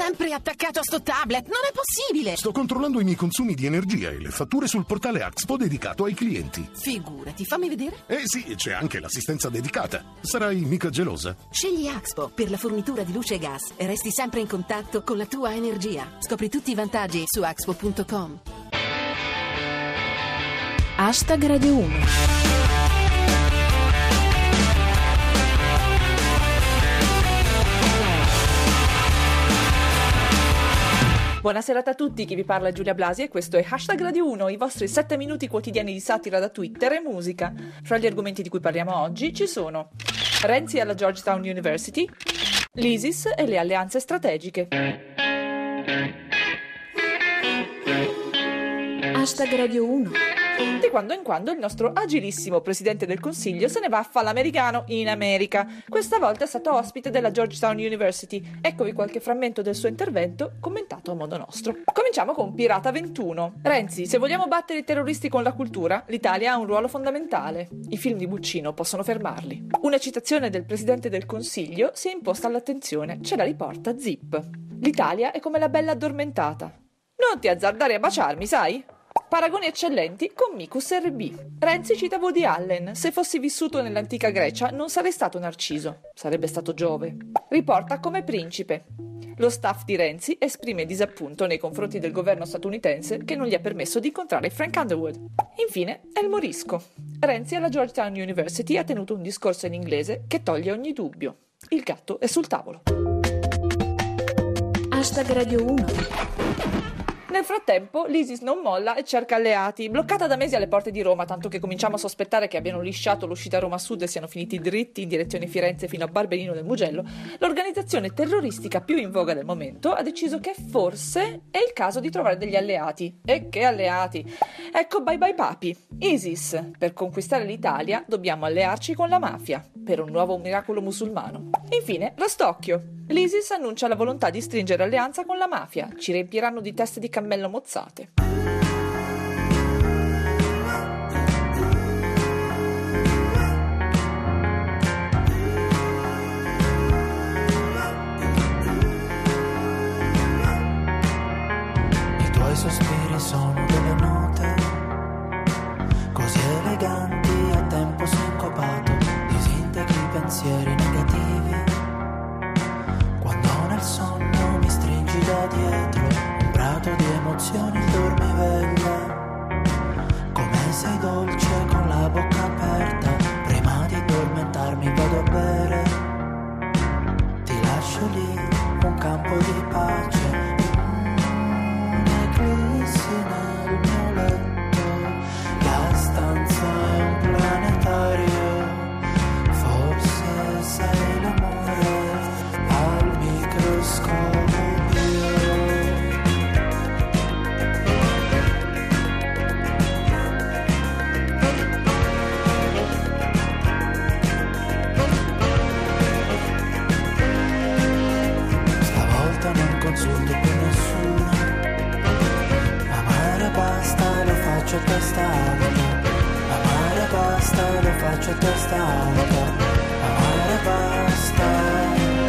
sempre attaccato a sto tablet, non è possibile! Sto controllando i miei consumi di energia e le fatture sul portale Axpo dedicato ai clienti. Figurati, fammi vedere. Sì, c'è anche l'assistenza dedicata. Sarai mica gelosa? Scegli Axpo per la fornitura di luce e gas e resti sempre in contatto con la tua energia. Scopri tutti i vantaggi su Axpo.com. #Radio 1. Buonasera a tutti, chi vi parla è Giulia Blasi e questo è #Radio 1, i vostri 7 minuti quotidiani di satira da Twitter e musica. Fra gli argomenti di cui parliamo oggi ci sono Renzi alla Georgetown University, l'ISIS e le alleanze strategiche. #Radio 1. Di quando in quando il nostro agilissimo Presidente del Consiglio se ne va a fare l'americano in America. Questa volta è stato ospite della Georgetown University. Eccovi qualche frammento del suo intervento commentato a modo nostro. Cominciamo con Pirata 21. Renzi, se vogliamo battere i terroristi con la cultura, l'Italia ha un ruolo fondamentale. I film di Buccino possono fermarli. Una citazione del Presidente del Consiglio si è imposta all'attenzione. Ce la riporta Zip. L'Italia è come la bella addormentata. Non ti azzardare a baciarmi, sai? Paragoni eccellenti con Micus RB. Renzi cita Woody Allen. Se fossi vissuto nell'antica Grecia non sarei stato Narciso, sarebbe stato Giove. Riporta come principe. Lo staff di Renzi esprime disappunto nei confronti del governo statunitense che non gli ha permesso di incontrare Frank Underwood. Infine è il morisco. Renzi alla Georgetown University ha tenuto un discorso in inglese che toglie ogni dubbio. Il gatto è sul tavolo. #Radio 1. Nel frattempo l'ISIS non molla e cerca alleati. Bloccata da mesi alle porte di Roma, tanto che cominciamo a sospettare che abbiano lisciato l'uscita Roma Sud e siano finiti dritti in direzione Firenze fino a Barberino del Mugello, l'organizzazione terroristica più in voga del momento ha deciso che forse è il caso di trovare degli alleati. E che alleati! Ecco, bye bye papi. ISIS. Per conquistare l'Italia dobbiamo allearci con la mafia, per un nuovo miracolo musulmano. Infine, Rastocchio. L'ISIS annuncia la volontà di stringere alleanza con la mafia. Ci riempiranno di teste di cammello mozzate. I tuoi sospiri sono delle note così eleganti a tempo sincopato, disintegri pensieri negativi. Quando nel sonno mi stringi da dietro, un prato di emozioni il dormiveglia. Come sei dolce con la bocca aperta, prima di addormentarmi vado a bere. Ti lascio lì un campo di pace, un'eclissi nel mio letto. La stanza è un planetario, forse sei l'amore al microscopio. Stavolta non consulto più nessuno, amare basta, lo faccio a testa alta. Amare basta, lo faccio a testa alta. Amare basta.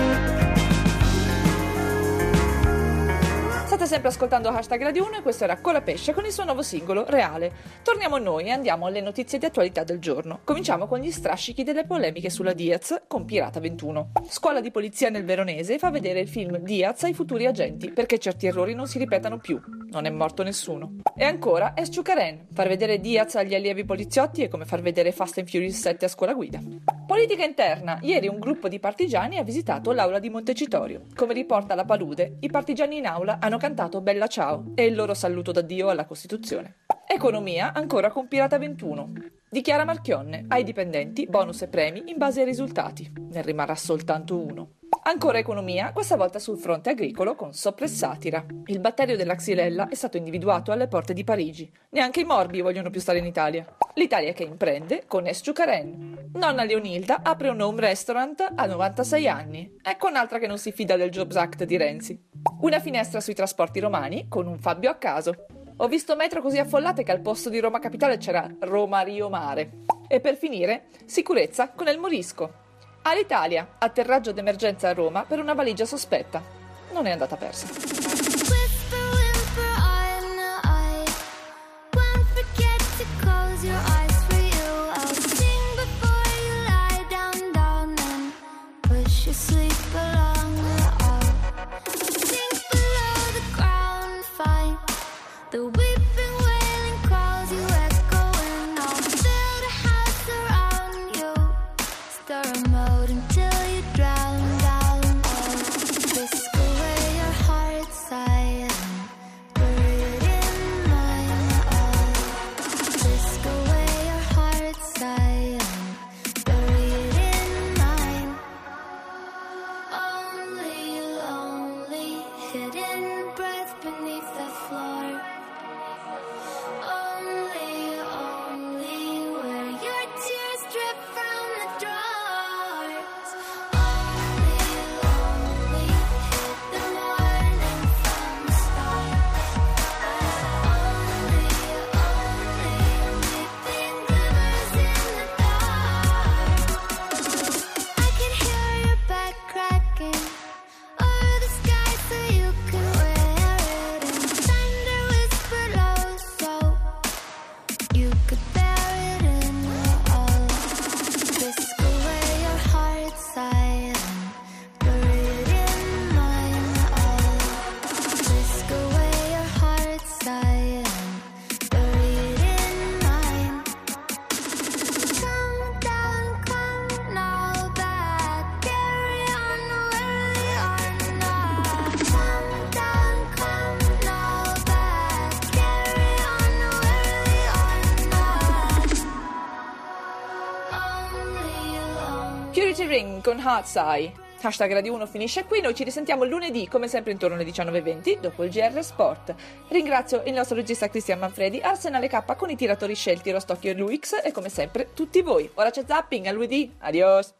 State sempre ascoltando #Radio 1 e questo era Colapesce con il suo nuovo singolo Reale. Torniamo a noi e andiamo alle notizie di attualità del giorno. Cominciamo con gli strascichi delle polemiche sulla Diaz con Pirata 21. Scuola di polizia nel Veronese fa vedere il film Diaz ai futuri agenti perché certi errori non si ripetano più. Non è morto nessuno. E ancora Esciucaren. Far vedere Diaz agli allievi poliziotti è come far vedere Fast and Furious 7 a scuola guida. Politica interna. Ieri un gruppo di partigiani ha visitato l'aula di Montecitorio. Come riporta la Palude, i partigiani in aula hanno cantato Bella Ciao e il loro saluto d'addio alla Costituzione. Economia ancora con Pirata 21. Dichiara Marchionne, ai dipendenti bonus e premi in base ai risultati. Ne rimarrà soltanto uno. Ancora economia, questa volta sul fronte agricolo con soppressatira. Il batterio della Xylella è stato individuato alle porte di Parigi. Neanche i morbi vogliono più stare in Italia. L'Italia che imprende con Esciucaren. Nonna Leonilda apre un home restaurant a 96 anni. Ecco un'altra che non si fida del Jobs Act di Renzi. Una finestra sui trasporti romani con un Fabio a caso. Ho visto metro così affollate che al posto di Roma Capitale c'era Roma Rio Mare. E per finire, sicurezza con il Morisco. All'Italia, atterraggio d'emergenza a Roma per una valigia sospetta. non è andata persa. Whisper, whimper, eye in the eye. Won't forget to close your eyes for you. I'll sing before you lie down, down, and push you sleep along the aisle. Sink below the ground, find the weeping, wailing crowds you echoing. I'll build a house around you, stir a moat until you drown down. I'll whisk away your heart silent, bury it in mine. I'll whisk away your heart silent, bury it in mine. Only a lonely hidden breath beneath the floor. Only where your tears drip from the drawers. Only hid the morning from the stars. Only weeping glimmers in the dark. I can hear your back cracking over the sky so you can wear it, and thunder whispered low so you could bear it in your all. Whisk away your heart silent, bury it in mine. All whisk away your heart silent, bury it in mine. Come now back, carry on where we are now. Come now back, carry on where we are now. Only alone. Purity Ring con Heartseye. Hashtag Radio 1 finisce qui, noi ci risentiamo lunedì come sempre intorno alle 19:20 dopo il GR Sport. Ringrazio il nostro regista Cristian Manfredi, Arsenale K con i tiratori scelti Rostocchio e Luix e come sempre tutti voi. Ora c'è zapping, a lunedì, adios!